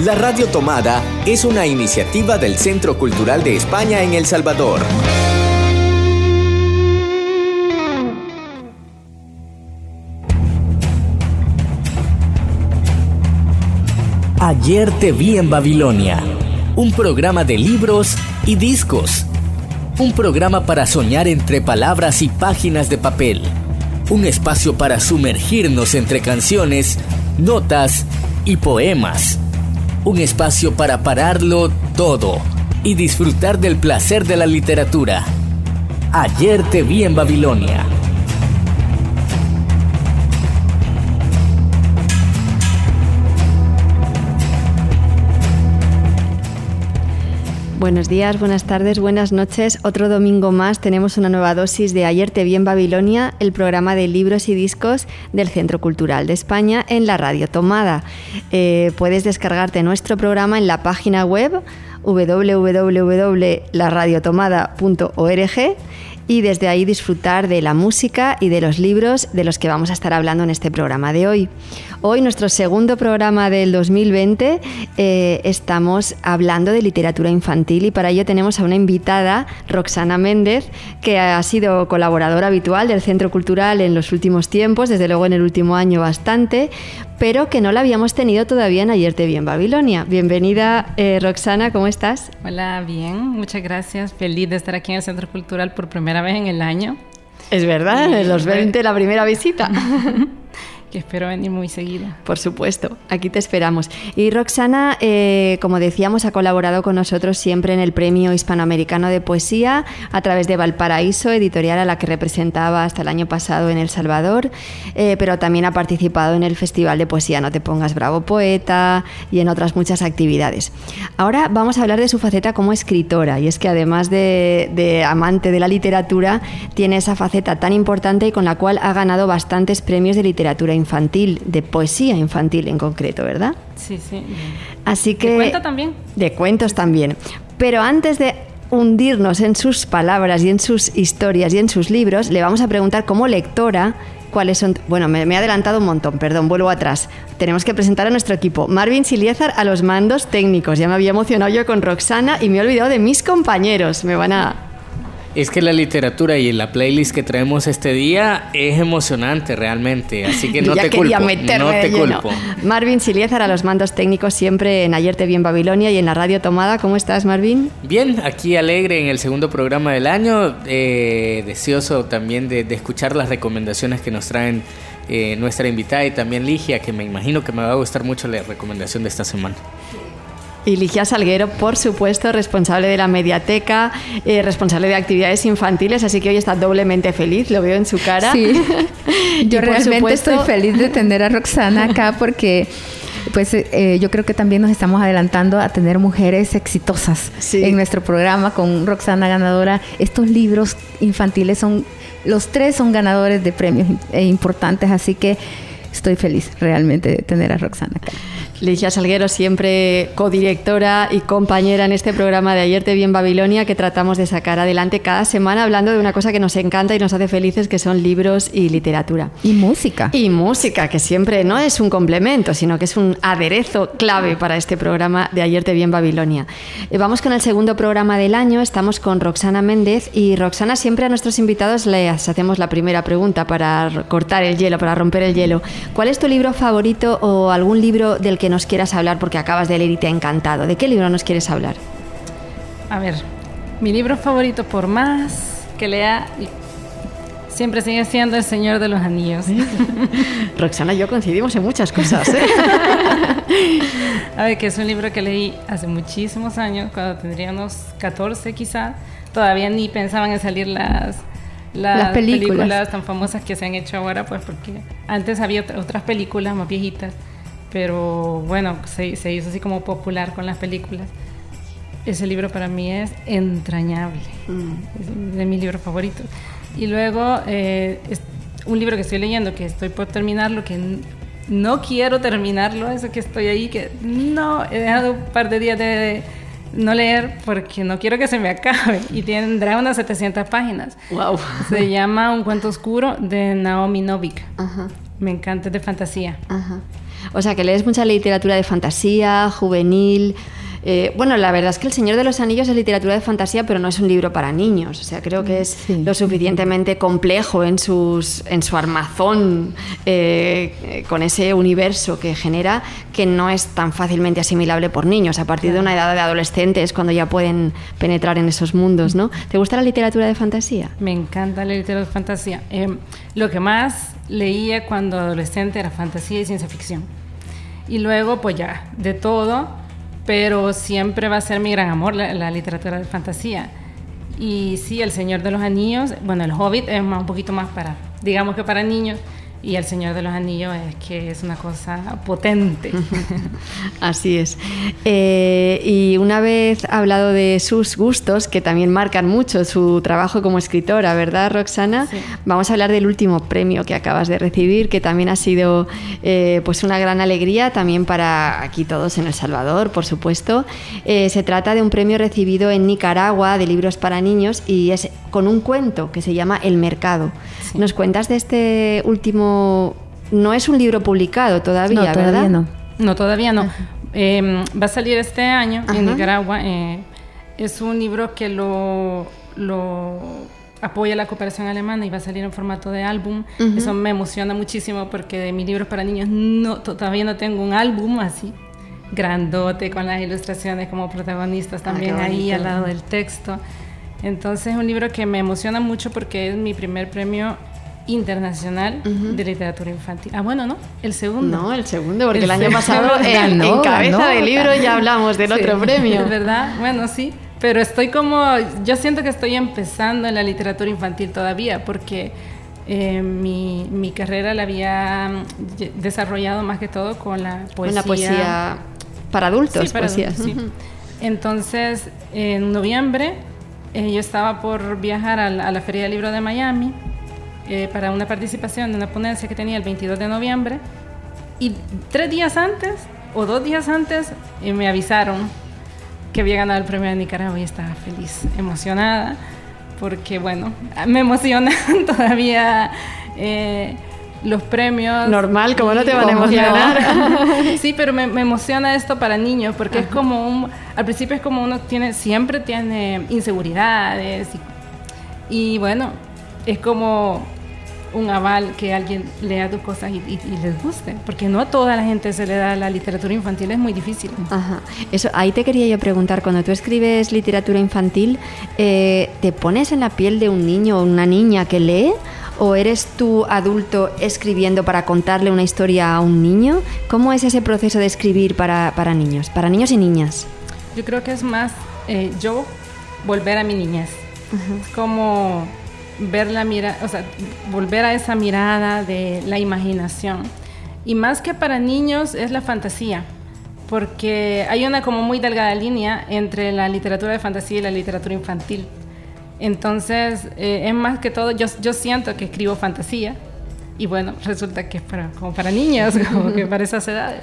La Radio Tomada es una iniciativa del Centro Cultural de España en El Salvador. Ayer te vi en Babilonia, un programa de libros y discos. Un programa para soñar entre palabras y páginas de papel. Un espacio para sumergirnos entre canciones, notas y poemas. Un espacio para pararlo todo y disfrutar del placer de la literatura. Ayer te vi en Babilonia. Buenos días, buenas tardes, buenas noches. Otro domingo más tenemos una nueva dosis de Ayer te vi en Babilonia, el programa de libros y discos del Centro Cultural de España en la Radio Tomada. Puedes descargarte nuestro programa en la página web www.laradiotomada.org y desde ahí disfrutar de la música y de los libros de los que vamos a estar hablando en este programa de hoy. Hoy, nuestro segundo programa del 2020, estamos hablando de literatura infantil y para ello tenemos a una invitada, Roxana Méndez, que ha sido colaboradora habitual del Centro Cultural en los últimos tiempos, desde luego en el último año bastante, pero que no la habíamos tenido todavía en Ayer te vi en Babilonia. Bienvenida, Roxana, ¿cómo estás? Hola, bien, muchas gracias. Feliz de estar aquí en el Centro Cultural por primera vez en el año. Es verdad, en los 20 la primera visita. Que espero venir muy seguido. Por supuesto, aquí te esperamos. Y Roxana, como decíamos, ha colaborado con nosotros siempre en el Premio Hispanoamericano de Poesía a través de Valparaíso, editorial a la que representaba hasta el año pasado en El Salvador, pero también ha participado en el Festival de Poesía No te pongas bravo poeta y en otras muchas actividades. Ahora vamos a hablar de su faceta como escritora, y es que además de amante de la literatura, tiene esa faceta tan importante y con la cual ha ganado bastantes premios de literatura infantil, de poesía infantil en concreto, ¿verdad? Sí, sí. Así que... ¿De cuentos también? De cuentos también. Pero antes de hundirnos en sus palabras y en sus historias y en sus libros, le vamos a preguntar como lectora cuáles son... Bueno, me he adelantado un montón, perdón, vuelvo atrás. Tenemos que presentar a nuestro equipo. Marvin Siliézar a los mandos técnicos. Ya me había emocionado yo con Roxana y me he olvidado de mis compañeros. Me van a... Es que la literatura y la playlist que traemos este día es emocionante realmente, así que no te culpo. No te culpo. Marvin Siliézar a los mandos técnicos siempre en Ayer te vi en Babilonia y en la Radio Tomada. ¿Cómo estás, Marvin? Bien, aquí alegre en el segundo programa del año, deseoso también de escuchar las recomendaciones que nos traen nuestra invitada y también Ligia, que me imagino que me va a gustar mucho la recomendación de esta semana. Y Ligia Salguero, por supuesto, responsable de la mediateca, responsable de actividades infantiles, así que hoy está doblemente feliz, lo veo en su cara. Sí, yo realmente estoy feliz de tener a Roxana acá porque pues yo creo que también nos estamos adelantando a tener mujeres exitosas en nuestro programa con Roxana ganadora. Estos libros infantiles los tres son ganadores de premios importantes, así que estoy feliz realmente de tener a Roxana acá. Ligia Salguero, siempre codirectora y compañera en este programa de Ayer te vi en Babilonia, que tratamos de sacar adelante cada semana hablando de una cosa que nos encanta y nos hace felices, que son libros y literatura. Y música. Y música, que siempre no es un complemento, sino que es un aderezo clave para este programa de Ayer te vi en Babilonia. Vamos con el segundo programa del año, estamos con Roxana Méndez y Roxana, siempre a nuestros invitados les hacemos la primera pregunta para cortar el hielo, para romper el hielo. ¿Cuál es tu libro favorito o algún libro del que nos quieras hablar porque acabas de leer y te ha encantado? ¿De qué libro nos quieres hablar? A ver, mi libro favorito, por más que lea, siempre sigue siendo El Señor de los Anillos. Roxana y yo coincidimos en muchas cosas, ¿eh? A ver, que es un libro que leí hace muchísimos años, cuando tendría unos 14 quizá. Todavía ni pensaban en salir las películas tan famosas que se han hecho ahora, pues porque antes había otras películas más viejitas, pero bueno, se hizo así como popular con las películas. Ese libro para mí es entrañable, es de mis libros favoritos. Y luego es un libro que estoy leyendo, que estoy por terminarlo, que no quiero terminarlo, eso que estoy ahí, que no, he dejado un par de días de no leer porque no quiero que se me acabe, y tendrá unas 700 páginas. Wow. Se llama Un cuento oscuro, de Naomi Novik. Ajá. Me encanta, es de fantasía. Ajá. O sea, que lees mucha literatura de fantasía, juvenil. Bueno, la verdad es que El Señor de los Anillos es literatura de fantasía, pero no es un libro para niños. O sea, creo que es lo suficientemente complejo en su armazón, con ese universo que genera, que no es tan fácilmente asimilable por niños. A partir de una edad de adolescente es cuando ya pueden penetrar en esos mundos, ¿no? ¿Te gusta la literatura de fantasía? Me encanta la literatura de fantasía. Lo que más leía cuando adolescente era fantasía y ciencia ficción. Y luego, pues ya, de todo... pero siempre va a ser mi gran amor la literatura de fantasía. Y sí, El Señor de los Anillos, bueno, El Hobbit es un poquito más digamos que para niños, y El Señor de los Anillos es que es una cosa potente. Así es. Y una vez hablado de sus gustos, que también marcan mucho su trabajo como escritora, ¿verdad, Roxana? Sí. Vamos a hablar del último premio que acabas de recibir, que también ha sido pues una gran alegría también para aquí todos en El Salvador, por supuesto. Se trata de un premio recibido en Nicaragua de libros para niños y es con un cuento que se llama El Mercado. Sí. ¿Nos cuentas de este último? No es un libro publicado todavía, ¿verdad? Todavía no. No, todavía no. Va a salir este año en Nicaragua. Es un libro que lo apoya la cooperación alemana y va a salir en formato de álbum. Eso me emociona muchísimo porque de mis libros para niños todavía no tengo un álbum así grandote con las ilustraciones como protagonistas también ahí al lado del texto. Entonces es un libro que me emociona mucho porque es mi primer premio internacional de literatura infantil. Ah, bueno, ¿no? El segundo. No, el segundo, porque el año pasado en cabeza de libro ya hablamos del otro premio. ¿Verdad? Bueno, sí. Pero yo siento que estoy empezando en la literatura infantil todavía, porque mi carrera la había desarrollado más que todo con la poesía. Con la poesía para adultos. Sí, para adultos, sí. Entonces, en noviembre, yo estaba por viajar a la Feria del Libro de Miami, para una participación de una ponencia que tenía el 22 de noviembre, y 3 días antes o 2 días antes me avisaron que había ganado el premio de Nicaragua y estaba feliz, emocionada, porque bueno, me emocionan todavía los premios. Normal, ¿cómo no te van a emocionar? Sí, pero me emociona esto para niños, porque es como al principio es como uno siempre tiene inseguridades y bueno, es como un aval que alguien lea tus cosas y les guste, porque no a toda la gente se le da la literatura infantil, es muy difícil. Ajá. Eso, ahí te quería yo preguntar, cuando tú escribes literatura infantil, ¿te pones en la piel de un niño o una niña que lee? ¿O eres tú adulto escribiendo para contarle una historia a un niño? ¿Cómo es ese proceso de escribir para niños y niñas? Yo creo que es más yo volver a mi niñez. Es como ver volver a esa mirada de la imaginación. Y más que para niños es la fantasía, porque hay una como muy delgada línea entre la literatura de fantasía y la literatura infantil. Entonces, es más que todo, yo siento que escribo fantasía y bueno, resulta que es como para niños, como que para esas edades.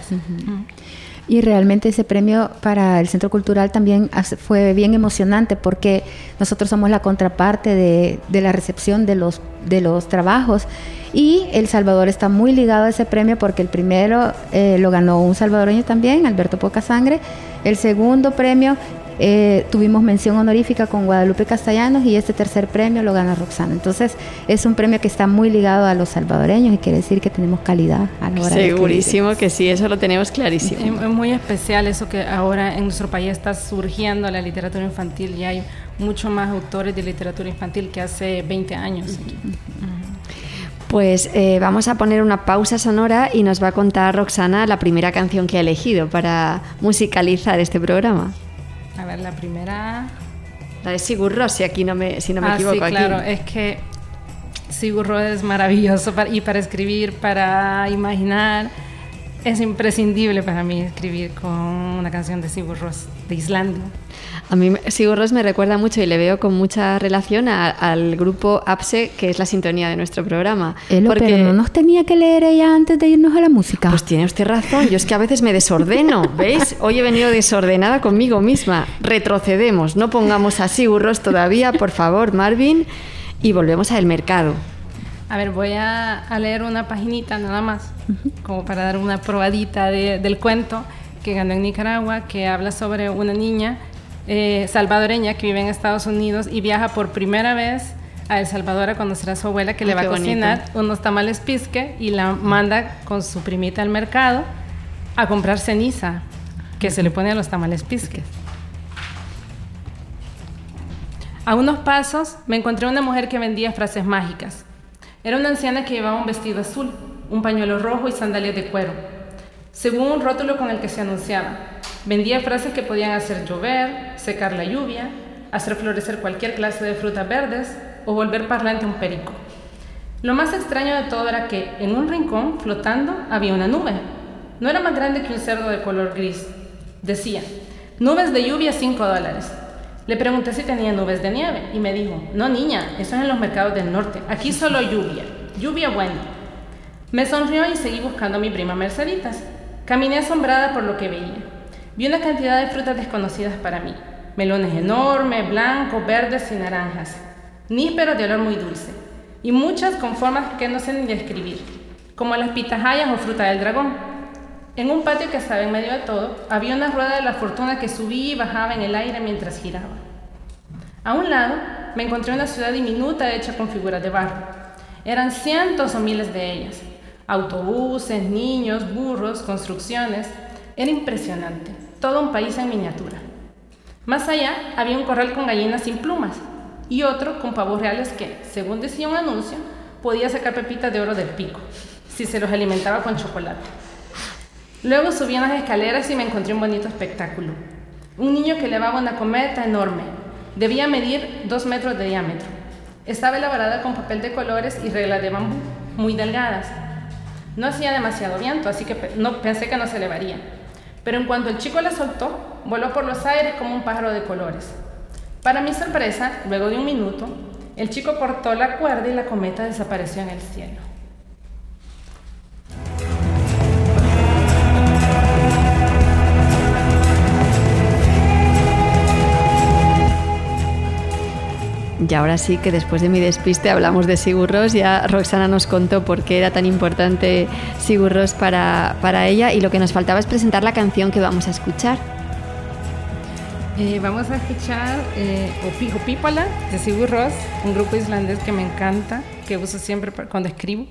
Y realmente ese premio para el Centro Cultural también fue bien emocionante, porque nosotros somos la contraparte de la recepción de los trabajos, y El Salvador está muy ligado a ese premio porque el primero lo ganó un salvadoreño también, Alberto Pocasangre. El segundo premio tuvimos mención honorífica con Guadalupe Castellanos, y este tercer premio lo gana Roxana. Entonces es un premio que está muy ligado a los salvadoreños y quiere decir que tenemos calidad a la hora de escribir. Segurísimo que sí, eso lo tenemos clarísimo. Es muy especial eso que ahora en nuestro país está surgiendo la literatura infantil, y hay mucho más autores de literatura infantil que hace 20 años. Pues vamos a poner una pausa sonora y nos va a contar Roxana la primera canción que ha elegido para musicalizar este programa. A ver, la primera... La de Sigur Rós, si no me equivoco. Sí, claro, aquí. Es que Sigur Rós es maravilloso para escribir, para imaginar. Es imprescindible para mí escribir con una canción de Sigur Rós, de Islandia. A mí Sigur Rós me recuerda mucho y le veo con mucha relación al grupo APSE, que es la sintonía de nuestro programa. Porque no nos tenía que leer ella antes de irnos a la música. Pues tiene usted razón, yo es que a veces me desordeno, ¿veis? Hoy he venido desordenada conmigo misma. Retrocedemos, no pongamos a Sigur Rós todavía, por favor, Marvin, y volvemos a El Mercado. A ver, voy a leer una paginita nada más, como para dar una probadita del cuento que ganó en Nicaragua, que habla sobre una niña salvadoreña que vive en Estados Unidos y viaja por primera vez a El Salvador a conocer a su abuela, que le va a cocinar unos tamales pisque, y la manda con su primita al mercado a comprar ceniza que se le pone a los tamales pisques. A unos pasos me encontré una mujer que vendía frases mágicas. Era una anciana que llevaba un vestido azul, un pañuelo rojo y sandalias de cuero. Según un rótulo con el que se anunciaba, vendía frases que podían hacer llover, secar la lluvia, hacer florecer cualquier clase de frutas verdes o volver parlante un perico. Lo más extraño de todo era que en un rincón, flotando, había una nube. No era más grande que un cerdo de color gris. Decía, nubes de lluvia, $5. Le pregunté si tenía nubes de nieve y me dijo, no niña, eso es en los mercados del norte, aquí solo lluvia buena. Me sonrió y seguí buscando a mi prima Merceditas. Caminé asombrada por lo que veía. Vi una cantidad de frutas desconocidas para mí, melones enormes, blancos, verdes y naranjas, nísperos de olor muy dulce, y muchas con formas que no sé ni describir, como las pitahayas o fruta del dragón. En un patio que estaba en medio de todo, había una rueda de la fortuna que subía y bajaba en el aire mientras giraba. A un lado, me encontré una ciudad diminuta hecha con figuras de barro. Eran cientos o miles de ellas. Autobuses, niños, burros, construcciones. Era impresionante. Todo un país en miniatura. Más allá, había un corral con gallinas sin plumas y otro con pavos reales que, según decía un anuncio, podía sacar pepitas de oro del pico, si se los alimentaba con chocolate. Luego subí unas escaleras y me encontré un bonito espectáculo. Un niño que elevaba una cometa enorme. Debía medir 2 metros de diámetro. Estaba elaborada con papel de colores y reglas de bambú, muy delgadas. No hacía demasiado viento, así que pensé que no se elevaría. Pero en cuanto el chico la soltó, voló por los aires como un pájaro de colores. Para mi sorpresa, luego de 1 minuto, el chico cortó la cuerda y la cometa desapareció en el cielo. Y ahora sí que después de mi despiste hablamos de Sigur Rós. Ya Roxana nos contó por qué era tan importante Sigur Rós para ella, y lo que nos faltaba es presentar la canción que vamos a escuchar. Vamos a escuchar Opípala de Sigur Rós, un grupo islandés que me encanta, que uso siempre cuando escribo.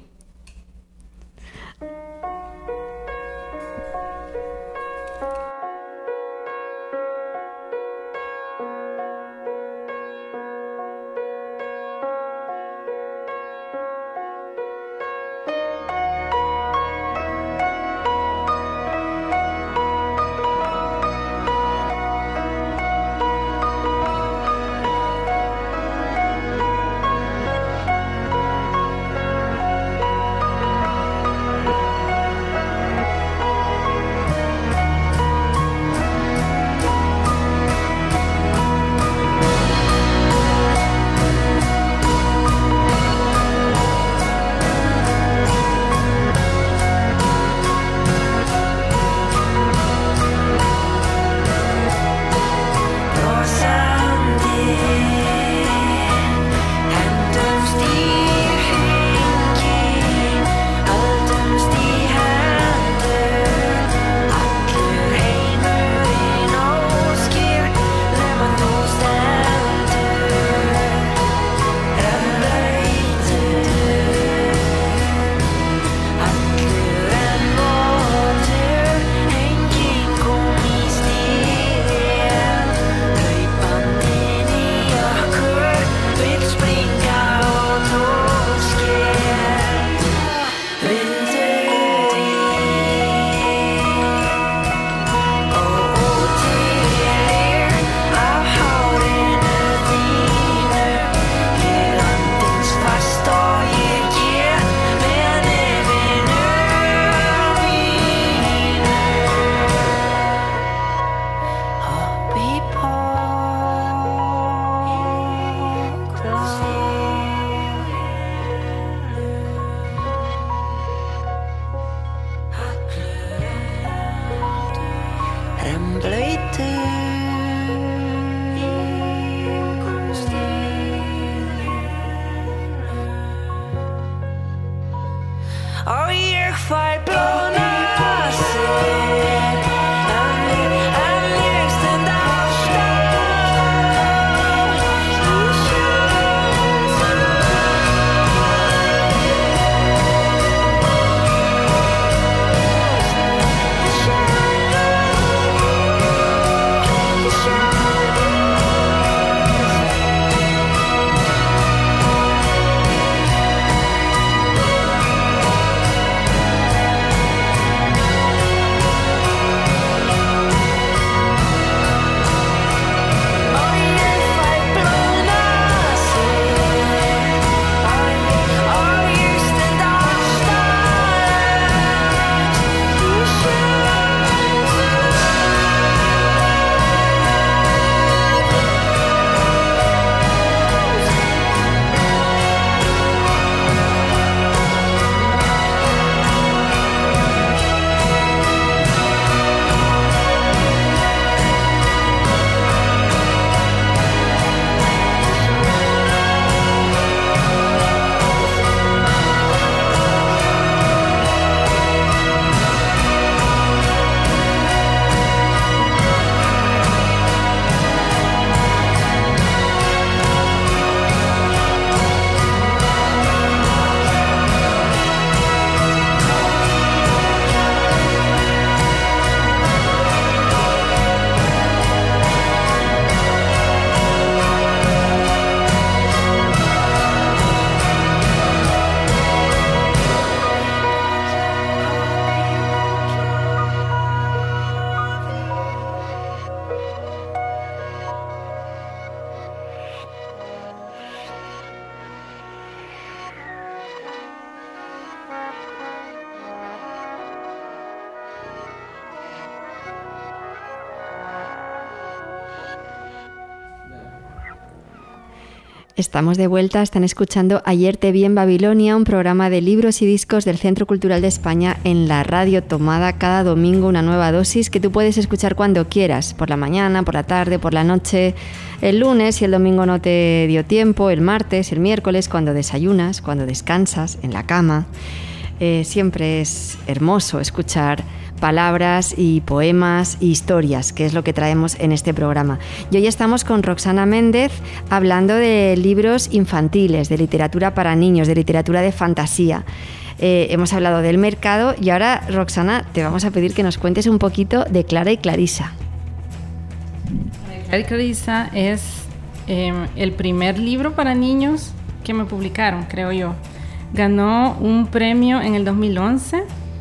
Estamos de vuelta, están escuchando Ayer te vi en Babilonia, un programa de libros y discos del Centro Cultural de España en la Radio Tomada. Cada domingo una nueva dosis que tú puedes escuchar cuando quieras, por la mañana, por la tarde, por la noche, el lunes si el domingo no te dio tiempo, el martes, el miércoles, cuando desayunas, cuando descansas, en la cama. Siempre es hermoso escuchar palabras y poemas y historias, que es lo que traemos en este programa. Y hoy estamos con Roxana Méndez hablando de libros infantiles, de literatura para niños, de literatura de fantasía. Hemos hablado del mercado y ahora, Roxana, te vamos a pedir que nos cuentes un poquito de Clara y Clarisa. Clara y Clarisa es el primer libro para niños que me publicaron, creo yo. Ganó un premio en el 2011.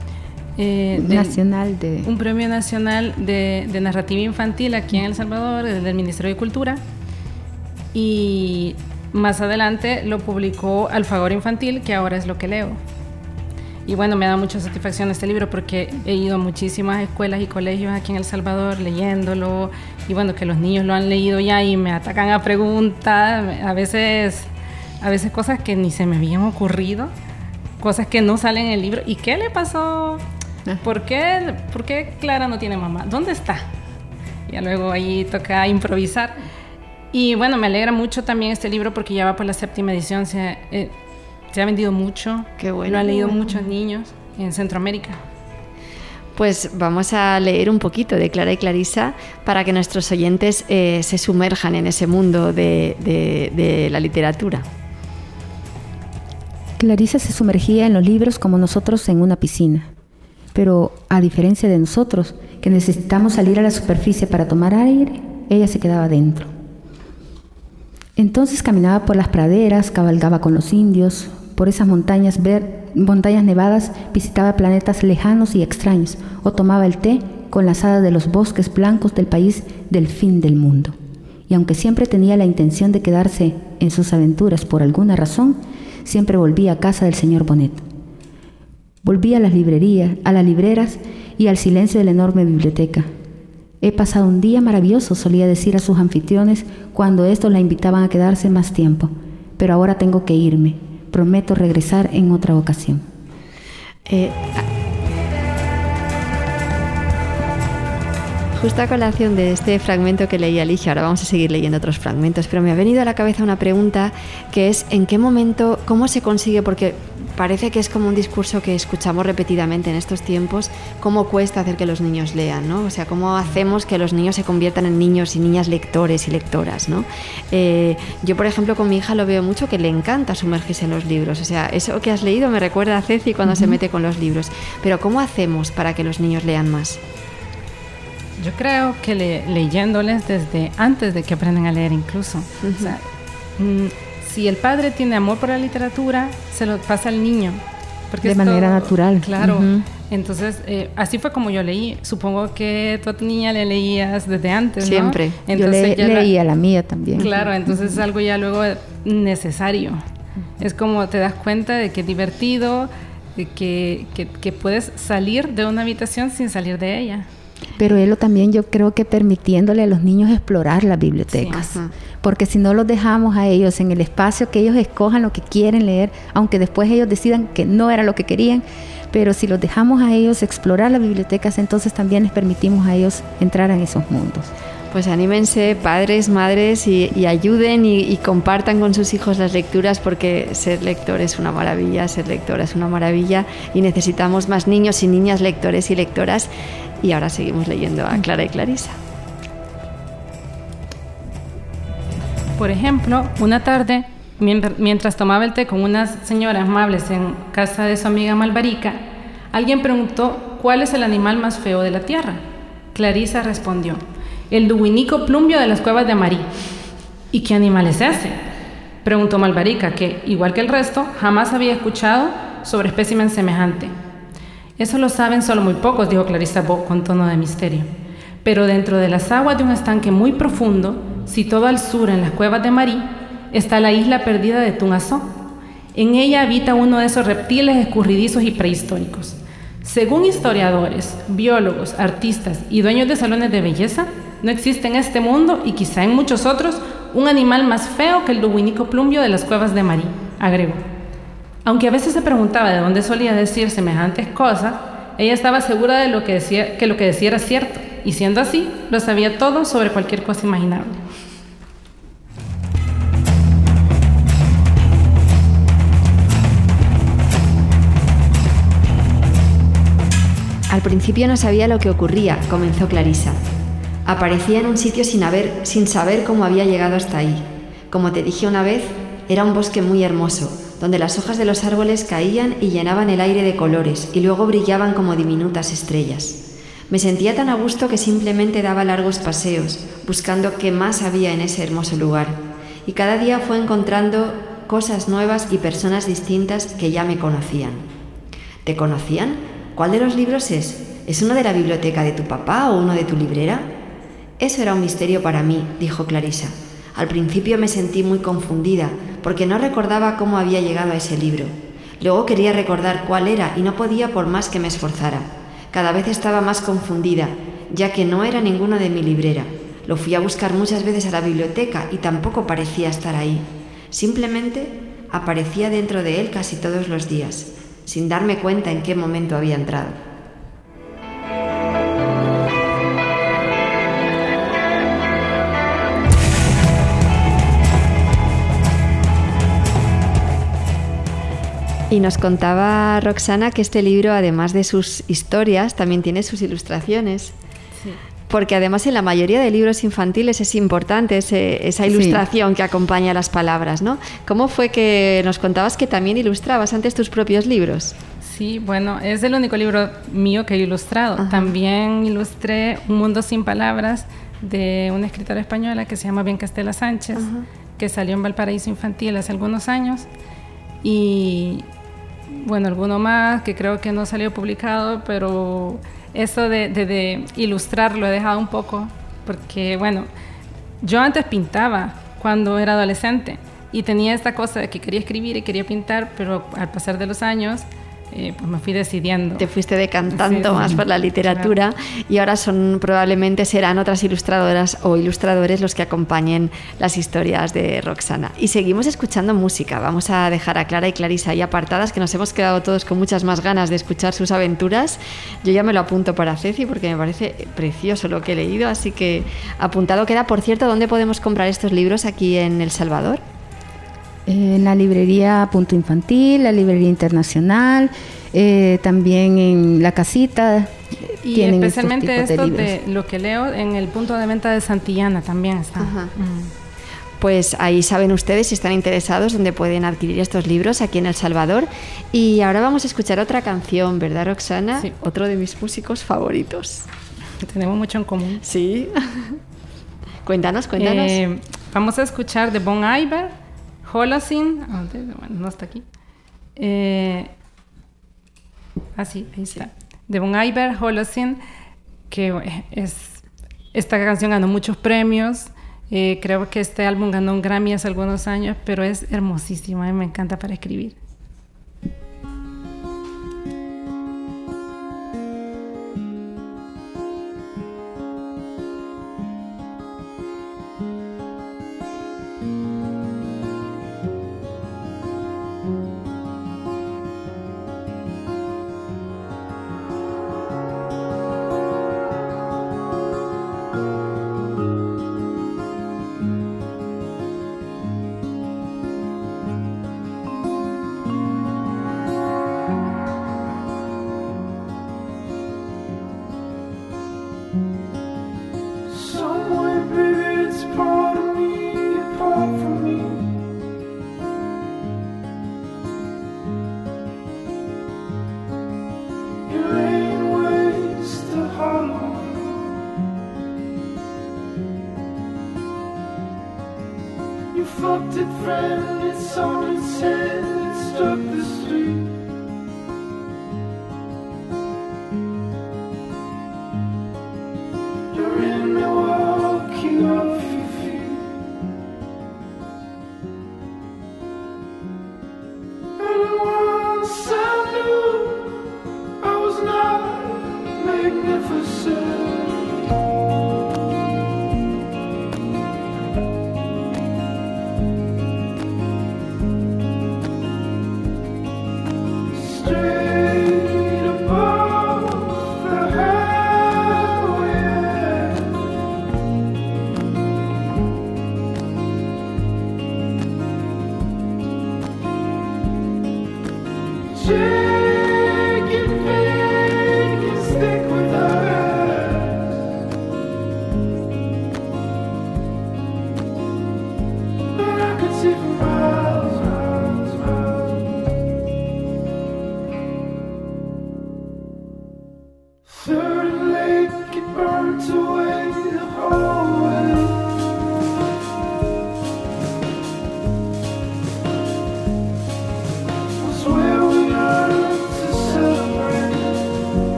Un premio nacional de narrativa infantil aquí en El Salvador, desde el Ministerio de Cultura, y más adelante lo publicó Alfagor Infantil, que ahora es lo que leo. Y bueno, me da mucha satisfacción este libro porque he ido a muchísimas escuelas y colegios aquí en El Salvador leyéndolo, y bueno, que los niños lo han leído ya y me atacan a preguntas, a veces cosas que ni se me habían ocurrido, cosas que no salen en el libro. ¿Y qué le pasó? ¿Por qué Clara no tiene mamá? ¿Dónde está? Ya luego ahí toca improvisar. Y bueno, me alegra mucho también este libro porque ya va por la 7ª edición. Se ha vendido mucho. Qué bueno. Lo han leído muchos niños en Centroamérica. Pues vamos a leer un poquito de Clara y Clarisa para que nuestros oyentes se sumerjan en ese mundo de la literatura. Clarisa se sumergía en los libros como nosotros en una piscina. Pero a diferencia de nosotros, que necesitamos salir a la superficie para tomar aire, ella se quedaba dentro. Entonces caminaba por las praderas, cabalgaba con los indios, por esas montañas nevadas, visitaba planetas lejanos y extraños, o tomaba el té con las hadas de los bosques blancos del país del fin del mundo. Y aunque siempre tenía la intención de quedarse en sus aventuras por alguna razón, siempre volvía a casa del señor Bonnet. Volvía a las libreras y al silencio de la enorme biblioteca. He pasado un día maravilloso, solía decir a sus anfitriones cuando estos la invitaban a quedarse más tiempo. Pero ahora tengo que irme. Prometo regresar en otra ocasión. Justo a colación de este fragmento que leía Ligia, ahora vamos a seguir leyendo otros fragmentos, pero me ha venido a la cabeza una pregunta que es ¿en qué momento, cómo se consigue? Porque parece que es como un discurso que escuchamos repetidamente en estos tiempos, cómo cuesta hacer que los niños lean, ¿no? O sea, cómo hacemos que los niños se conviertan en niños y niñas lectores y lectoras, ¿no? Yo, por ejemplo, con mi hija lo veo mucho que le encanta sumergirse en los libros. O sea, eso que has leído me recuerda a Ceci cuando se mete con los libros. Pero ¿cómo hacemos para que los niños lean más? Yo creo que leyéndoles desde antes de que aprendan a leer incluso. Uh-huh. O sea, si el padre tiene amor por la literatura, se lo pasa al niño. Porque de manera natural. Claro. Uh-huh. Entonces, así fue como yo leí. Supongo que tú a tu niña le leías desde antes, ¿no? Siempre. Entonces, yo leí a la mía también. Claro, entonces es algo ya luego necesario. Es como te das cuenta de que es divertido, de que puedes salir de una habitación sin salir de ella. Pero él también, yo creo que permitiéndole a los niños explorar las bibliotecas, sí, porque si no los dejamos a ellos en el espacio, que ellos escojan lo que quieren leer, aunque después ellos decidan que no era lo que querían, pero si los dejamos a ellos explorar las bibliotecas, entonces también les permitimos a ellos entrar en esos mundos. Pues anímense, padres, madres, y ayuden y compartan con sus hijos las lecturas, porque ser lector es una maravilla, ser lectora es una maravilla, y necesitamos más niños y niñas lectores y lectoras. Y ahora seguimos leyendo a Clara y Clarisa. Por ejemplo, una tarde, mientras tomaba el té con unas señoras amables en casa de su amiga Malvarica, alguien preguntó cuál es el animal más feo de la tierra. Clarisa respondió: el duguinico plumbio de las cuevas de Marí. ¿Y qué animal es ese?, preguntó Malvarica, que, igual que el resto, jamás había escuchado sobre espécimen semejante. Eso lo saben solo muy pocos, dijo Clarisa con tono de misterio. Pero dentro de las aguas de un estanque muy profundo, situado al sur en las cuevas de Marí, está la isla perdida de Tunazó. En ella habita uno de esos reptiles escurridizos y prehistóricos. Según historiadores, biólogos, artistas y dueños de salones de belleza, no existe en este mundo, y quizá en muchos otros, un animal más feo que el dubuinico plumbio de las cuevas de Marí, agregó. Aunque a veces se preguntaba de dónde solía decir semejantes cosas, ella estaba segura de lo que decía era cierto, y siendo así, lo sabía todo sobre cualquier cosa imaginable. Al principio no sabía lo que ocurría, comenzó Clarisa. Aparecía en un sitio sin saber cómo había llegado hasta ahí. Como te dije una vez, era un bosque muy hermoso, donde las hojas de los árboles caían y llenaban el aire de colores y luego brillaban como diminutas estrellas. Me sentía tan a gusto que simplemente daba largos paseos, buscando qué más había en ese hermoso lugar. Y cada día fue encontrando cosas nuevas y personas distintas que ya me conocían. ¿Te conocían? ¿Cuál de los libros es? ¿Es uno de la biblioteca de tu papá o uno de tu librera? Eso era un misterio para mí, dijo Clarisa. Al principio me sentí muy confundida, porque no recordaba cómo había llegado a ese libro. Luego quería recordar cuál era y no podía por más que me esforzara. Cada vez estaba más confundida, ya que no era ninguno de mi librera. Lo fui a buscar muchas veces a la biblioteca y tampoco parecía estar ahí. Simplemente aparecía dentro de él casi todos los días, sin darme cuenta en qué momento había entrado. Y nos contaba Roxana que este libro, además de sus historias, también tiene sus ilustraciones. Sí. Porque además en la mayoría de libros infantiles es importante esa ilustración que acompaña las palabras, ¿no? ¿Cómo fue que nos contabas que también ilustrabas antes tus propios libros? Sí, bueno, es el único libro mío que he ilustrado. Ajá. También ilustré Un mundo sin palabras de una escritora española que se llama Bianca Estela Sánchez, ajá, que salió en Valparaíso Infantil hace algunos años. Y bueno, alguno más que creo que no salió publicado, pero eso de ilustrar lo he dejado un poco, porque bueno, yo antes pintaba cuando era adolescente y tenía esta cosa de que quería escribir y quería pintar, pero al pasar de los años pues me fui decidiendo. Te fuiste decantando más por la literatura, claro. Y ahora probablemente serán otras ilustradoras o ilustradores los que acompañen las historias de Roxana. Y seguimos escuchando música. Vamos a dejar a Clara y Clarisa ahí apartadas, que nos hemos quedado todos con muchas más ganas de escuchar sus aventuras. Yo ya me lo apunto para Ceci porque me parece precioso lo que he leído, así que apuntado queda. Por cierto, ¿dónde podemos comprar estos libros aquí en El Salvador? En la librería Punto Infantil, la librería Internacional, también en La Casita. Y especialmente esto de lo que leo en el punto de venta de Santillana también está. Pues ahí saben ustedes, si están interesados, dónde pueden adquirir estos libros aquí en El Salvador. Y ahora vamos a escuchar otra canción, ¿verdad, Roxana? Sí. Otro de mis músicos favoritos. Tenemos mucho en común. Sí. Cuéntanos. Vamos a escuchar de Bon Iver, Holocene, bueno, no está aquí. Sí, ahí está. De Bon Iver, Holocene, que esta canción ganó muchos premios. Creo que este álbum ganó un Grammy hace algunos años, pero es hermosísimo. A mí me encanta para escribir.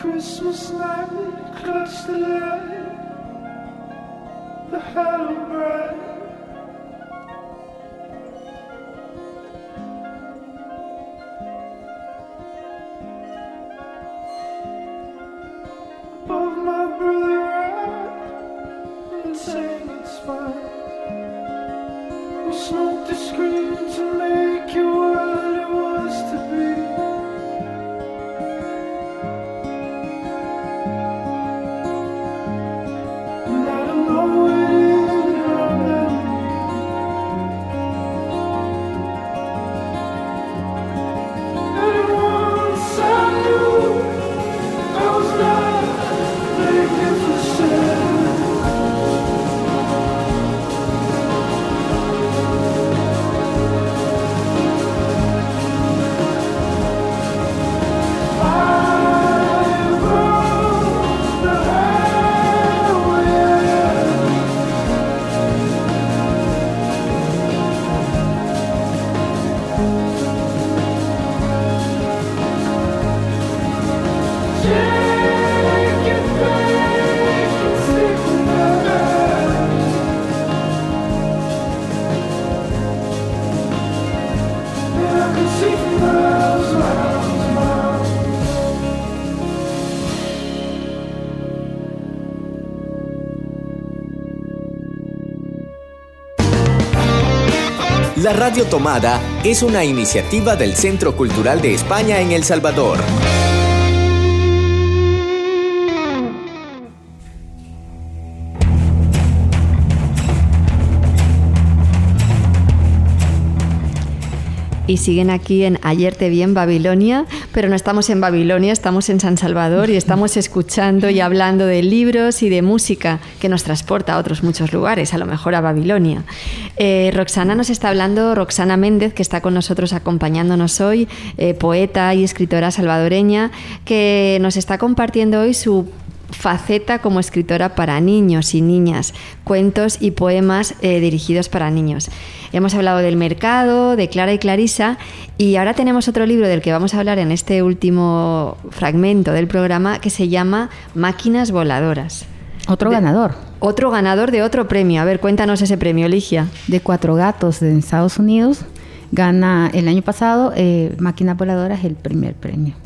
Christmas night, clutch the light, the halo bright. Above my brother and saying it's fine. We smoked the screen to make you what it was to be. La Radio Tomada es una iniciativa del Centro Cultural de España en El Salvador. Y siguen aquí en Ayer te vi en Babilonia, pero no estamos en Babilonia, estamos en San Salvador y estamos escuchando y hablando de libros y de música que nos transporta a otros muchos lugares, a lo mejor a Babilonia. Roxana nos está hablando, Roxana Méndez, que está con nosotros acompañándonos hoy, poeta y escritora salvadoreña, que nos está compartiendo hoy su faceta como escritora para niños y niñas, cuentos y poemas dirigidos para niños. Hemos hablado del mercado, de Clara y Clarisa, y ahora tenemos otro libro del que vamos a hablar en este último fragmento del programa, que se llama Máquinas Voladoras. Otro ganador de otro premio. A ver, cuéntanos ese premio, Ligia. De Cuatro Gatos de Estados Unidos. Gana el año pasado Máquinas Voladoras el primer premio.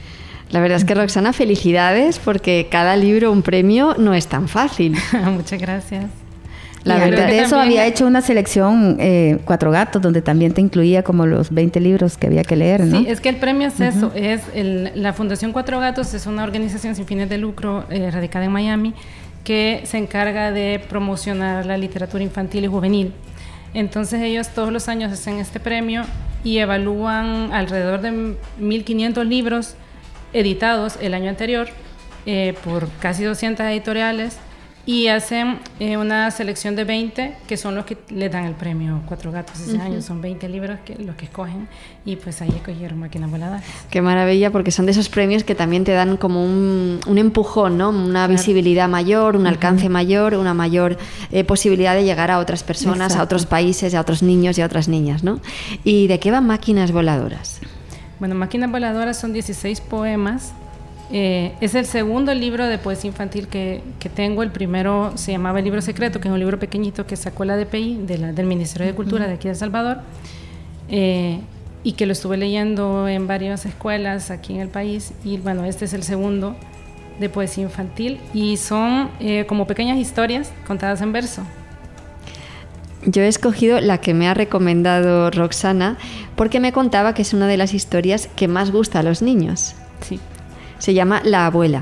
La verdad es que, Roxana, felicidades, porque cada libro un premio no es tan fácil. Muchas gracias. La verdad de eso había hecho una selección Cuatro Gatos, donde también te incluía como los 20 libros que había que leer, ¿no? Sí, es que el premio es eso, es la Fundación Cuatro Gatos es una organización sin fines de lucro radicada en Miami, que se encarga de promocionar la literatura infantil y juvenil. Entonces ellos todos los años hacen este premio y evalúan alrededor de 1.500 libros editados el año anterior por casi 200 editoriales, y hacen una selección de 20 que son los que le dan el premio Cuatro Gatos ese año. Son 20 libros los que escogen, y pues ahí escogieron Máquinas Voladoras. Qué maravilla, porque son de esos premios que también te dan como un empujón, ¿no? Una visibilidad mayor, un alcance mayor, una mayor posibilidad de llegar a otras personas, a otros países, a otros niños y a otras niñas, ¿no? ¿Y de qué van Máquinas Voladoras? Bueno, Máquinas Voladoras son 16 poemas. Es el segundo libro de poesía infantil que tengo. El primero se llamaba El Libro Secreto, que es un libro pequeñito que sacó la DPI del Ministerio de Cultura de aquí de El Salvador, y que lo estuve leyendo en varias escuelas aquí en el país. Y bueno, este es el segundo de poesía infantil, y son como pequeñas historias contadas en verso. Yo he escogido la que me ha recomendado Roxana, porque me contaba que es una de las historias que más gusta a los niños. Sí. Se llama La abuela.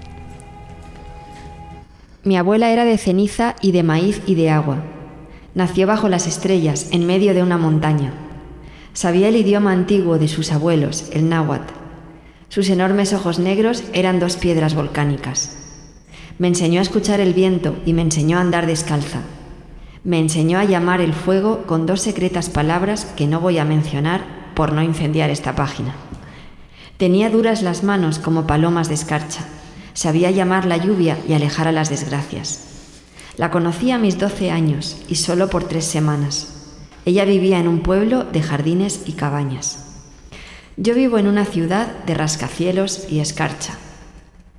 Mi abuela era de ceniza y de maíz y de agua. Nació bajo las estrellas, en medio de una montaña. Sabía el idioma antiguo de sus abuelos, el náhuatl. Sus enormes ojos negros eran 2 piedras volcánicas. Me enseñó a escuchar el viento y me enseñó a andar descalza. Me enseñó a llamar el fuego con 2 secretas palabras que no voy a mencionar por no incendiar esta página. Tenía duras las manos como palomas de escarcha. Sabía llamar la lluvia y alejar a las desgracias. La conocí a mis 12 años y solo por 3 semanas. Ella vivía en un pueblo de jardines y cabañas. Yo vivo en una ciudad de rascacielos y escarcha.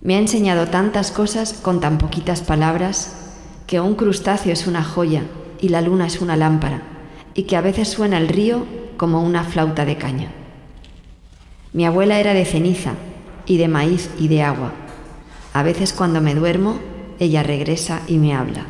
Me ha enseñado tantas cosas con tan poquitas palabras, que un crustáceo es una joya y la luna es una lámpara, y que a veces suena el río como una flauta de caña. Mi abuela era de ceniza, y de maíz y de agua. A veces cuando me duermo, ella regresa y me habla.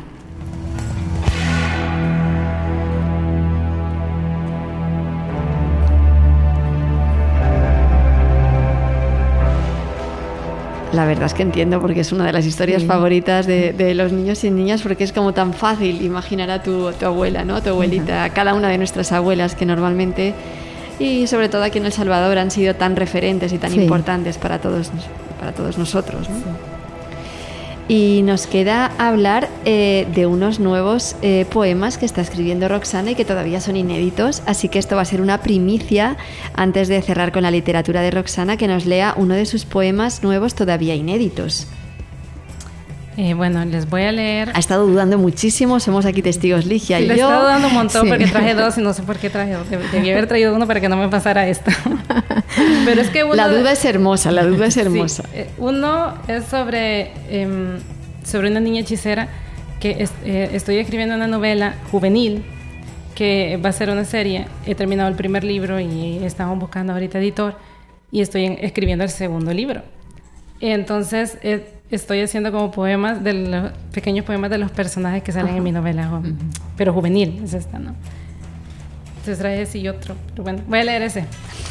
La verdad es que entiendo, porque es una de las historias favoritas de los niños y niñas, porque es como tan fácil imaginar a tu abuela, ¿no? A tu abuelita, a cada una de nuestras abuelas que normalmente, y sobre todo aquí en El Salvador, han sido tan referentes y tan importantes para todos nosotros, ¿no? Sí. Y nos queda hablar de unos nuevos poemas que está escribiendo Roxana y que todavía son inéditos, así que esto va a ser una primicia antes de cerrar con la literatura de Roxana, que nos lea uno de sus poemas nuevos todavía inéditos. Bueno, les voy a leer. Ha estado dudando muchísimo, somos aquí testigos, Ligia y yo. Le he estado dudando un montón porque traje dos y no sé por qué traje dos. Debí haber traído uno para que no me pasara esto. Pero es que la duda es hermosa, la duda es hermosa. Sí. Uno es sobre una niña hechicera que estoy escribiendo una novela juvenil que va a ser una serie. He terminado el primer libro y estamos buscando ahorita editor y estoy escribiendo el segundo libro. Entonces estoy haciendo como poemas, pequeños poemas de los personajes que salen en mi novela, pero juvenil es esta, ¿no? Entonces traje ese y otro, pero bueno, voy a leer ese.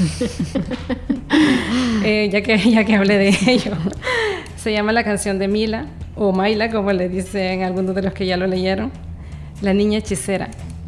ya que hablé de ello. Se llama La canción de Mila, o Maila, como le dicen algunos de los que ya lo leyeron. La niña hechicera.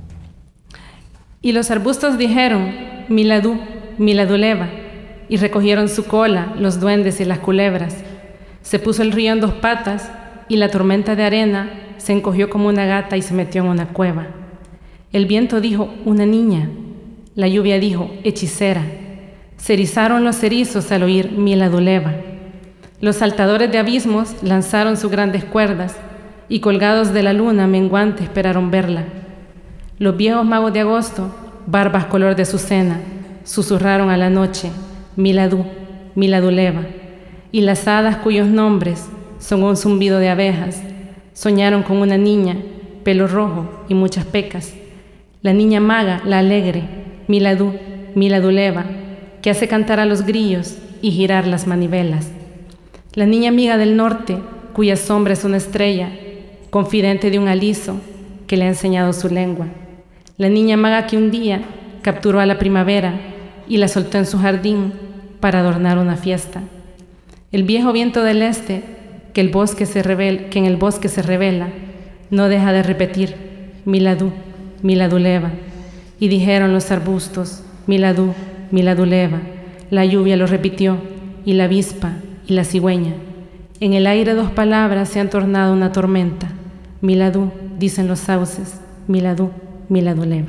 Y los arbustos dijeron, Miladú, Miladuleva, y recogieron su cola los duendes y las culebras. Se puso el río en dos patas y la tormenta de arena se encogió como una gata y se metió en una cueva. El viento dijo, una niña. La lluvia dijo, hechicera. Se erizaron los erizos al oír Miladuleva. Los saltadores de abismos lanzaron sus grandes cuerdas y colgados de la luna menguante esperaron verla. Los viejos magos de agosto, barbas color de azucena, susurraron a la noche, Miladú, Miladuleva, y las hadas cuyos nombres son un zumbido de abejas, soñaron con una niña, pelo rojo y muchas pecas, la niña maga, la alegre, Miladú, Miladuleva, que hace cantar a los grillos y girar las manivelas, la niña amiga del norte, cuya sombra es una estrella, confidente de un aliso que le ha enseñado su lengua, la niña maga que un día capturó a la primavera y la soltó en su jardín para adornar una fiesta. El viejo viento del este, que en el bosque se revela, no deja de repetir, Miladú, Miladuleva. Y dijeron los arbustos, Miladú, Miladuleva. La lluvia lo repitió, y la avispa, y la cigüeña. En el aire dos palabras se han tornado una tormenta. Miladú, dicen los sauces, Miladú, Miladuleva.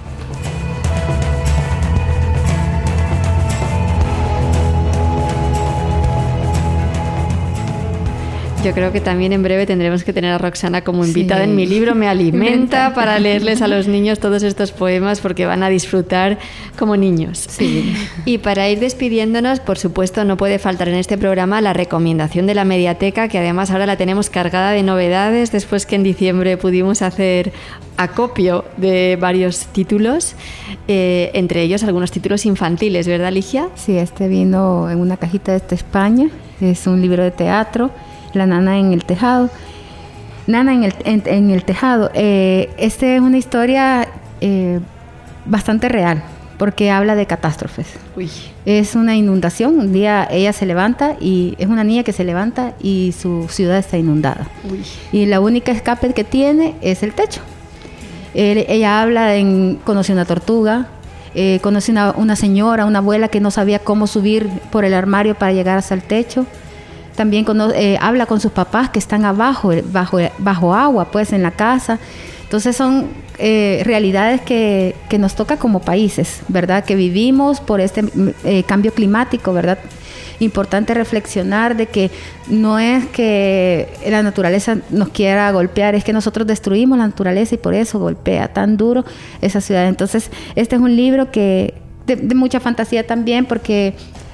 Yo creo que también en breve tendremos que tener a Roxana como invitada en mi libro Me Alimenta para leerles a los niños todos estos poemas porque van a disfrutar como niños. Sí. Y para ir despidiéndonos, por supuesto, no puede faltar en este programa la recomendación de la Mediateca, que además ahora la tenemos cargada de novedades después que en diciembre pudimos hacer acopio de varios títulos, entre ellos algunos títulos infantiles, ¿verdad, Ligia? Sí, este vino en una cajita de España, es un libro de teatro. La nana en el tejado. Nana en el tejado. Esta es una historia bastante real, porque habla de catástrofes. Uy. Es una inundación. Un día ella se levanta y es una niña que se levanta y su ciudad está inundada. Uy. Y la única escape que tiene es el techo. Ella habla conoce una tortuga, conoce una señora, una abuela que no sabía cómo subir por el armario para llegar hasta el techo. También habla con sus papás que están abajo, bajo agua, pues, en la casa. Entonces son realidades que nos toca como países, ¿verdad? Que vivimos por este cambio climático, ¿verdad? Importante reflexionar de que no es que la naturaleza nos quiera golpear, es que nosotros destruimos la naturaleza y por eso golpea tan duro esa ciudad. Entonces, este es un libro de mucha fantasía también, porque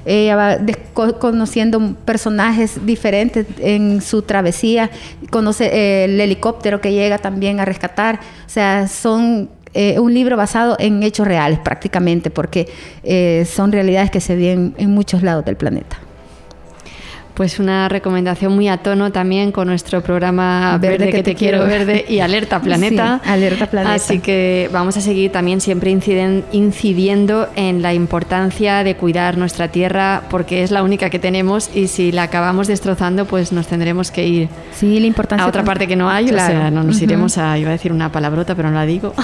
ella va conociendo personajes diferentes en su travesía, conoce el helicóptero que llega también a rescatar, o sea, son un libro basado en hechos reales prácticamente, porque son realidades que se ven en muchos lados del planeta. Pues una recomendación muy a tono también con nuestro programa Verde que te quiero verde y Alerta Planeta. Sí, Alerta Planeta. Así que vamos a seguir también siempre incidiendo en la importancia de cuidar nuestra tierra, porque es la única que tenemos y si la acabamos destrozando, pues nos tendremos que ir la importancia a otra parte que no hay. Claro. O sea, no nos iremos a, iba a decir una palabrota, pero no la digo.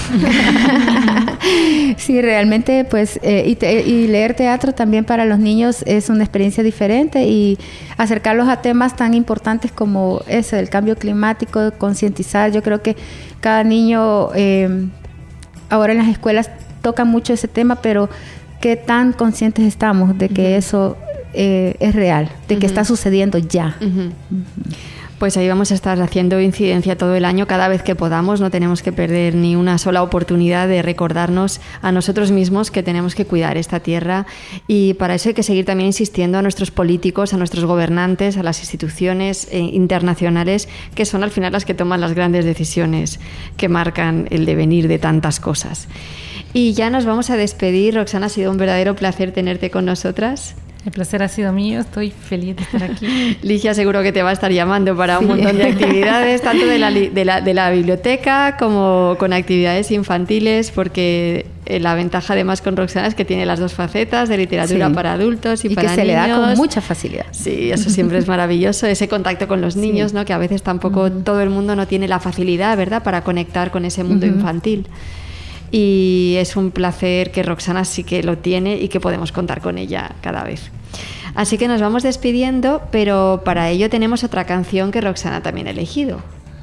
Sí, realmente, pues, y leer teatro también para los niños es una experiencia diferente y acercarlos a temas tan importantes como ese del cambio climático, concientizar. Yo creo que cada niño ahora en las escuelas toca mucho ese tema, pero qué tan conscientes estamos de que eso es real, de que está sucediendo ya. Pues ahí vamos a estar haciendo incidencia todo el año, cada vez que podamos. No tenemos que perder ni una sola oportunidad de recordarnos a nosotros mismos que tenemos que cuidar esta tierra, y para eso hay que seguir también insistiendo a nuestros políticos, a nuestros gobernantes, a las instituciones internacionales, que son al final las que toman las grandes decisiones que marcan el devenir de tantas cosas. Y ya nos vamos a despedir. Roxana, ha sido un verdadero placer tenerte con nosotras. El placer ha sido mío, estoy feliz de estar aquí. Ligia seguro que te va a estar llamando para un montón de actividades, tanto de la biblioteca como con actividades infantiles, porque la ventaja además con Roxana es que tiene las dos facetas, de literatura para adultos y para niños. Y que se le da con mucha facilidad. Sí, eso siempre es maravilloso, ese contacto con los niños, ¿no? Que a veces tampoco todo el mundo no tiene la facilidad, ¿verdad?, para conectar con ese mundo infantil. Y es un placer que Roxana sí que lo tiene y que podemos contar con ella cada vez. Así que nos vamos despidiendo, pero para ello tenemos otra canción que Roxana también ha elegido.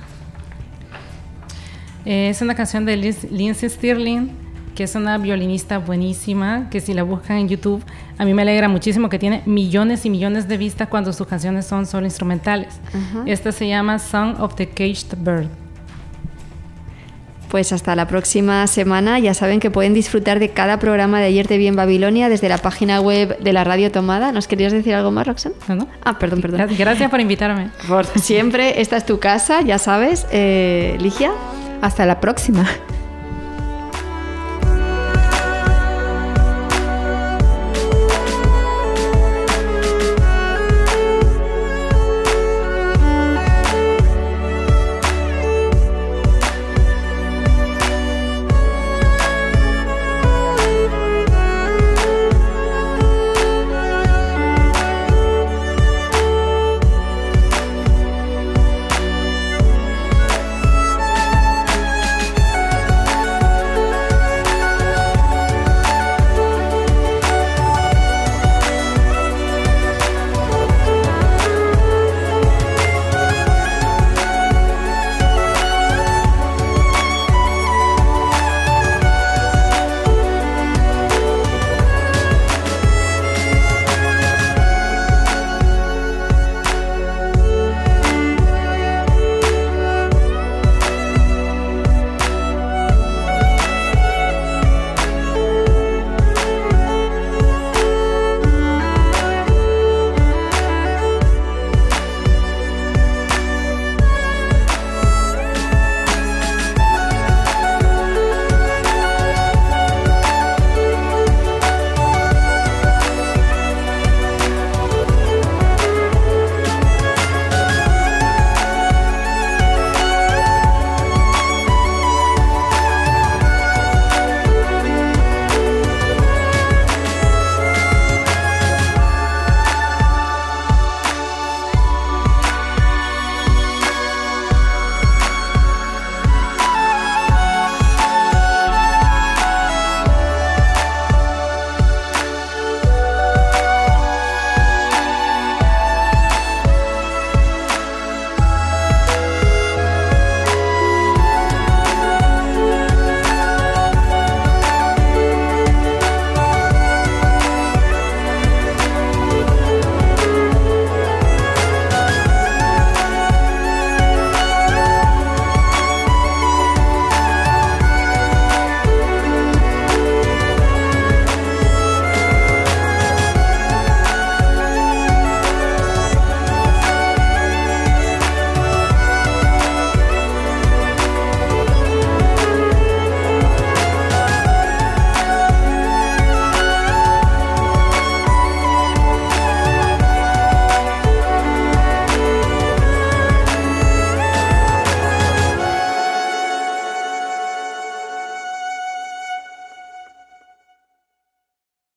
Es una canción de Lindsey Stirling, que es una violinista buenísima, que si la buscan en YouTube, a mí me alegra muchísimo, que tiene millones y millones de vistas cuando sus canciones son solo instrumentales. Esta se llama Song of the Caged Bird. Pues hasta la próxima semana. Ya saben que pueden disfrutar de cada programa de Ayer te vi en Babilonia desde la página web de la Radio Tomada. ¿Nos querías decir algo más, Roxana? No. Perdón. Gracias por invitarme. Por siempre, esta es tu casa, ya sabes. Ligia. Hasta la próxima.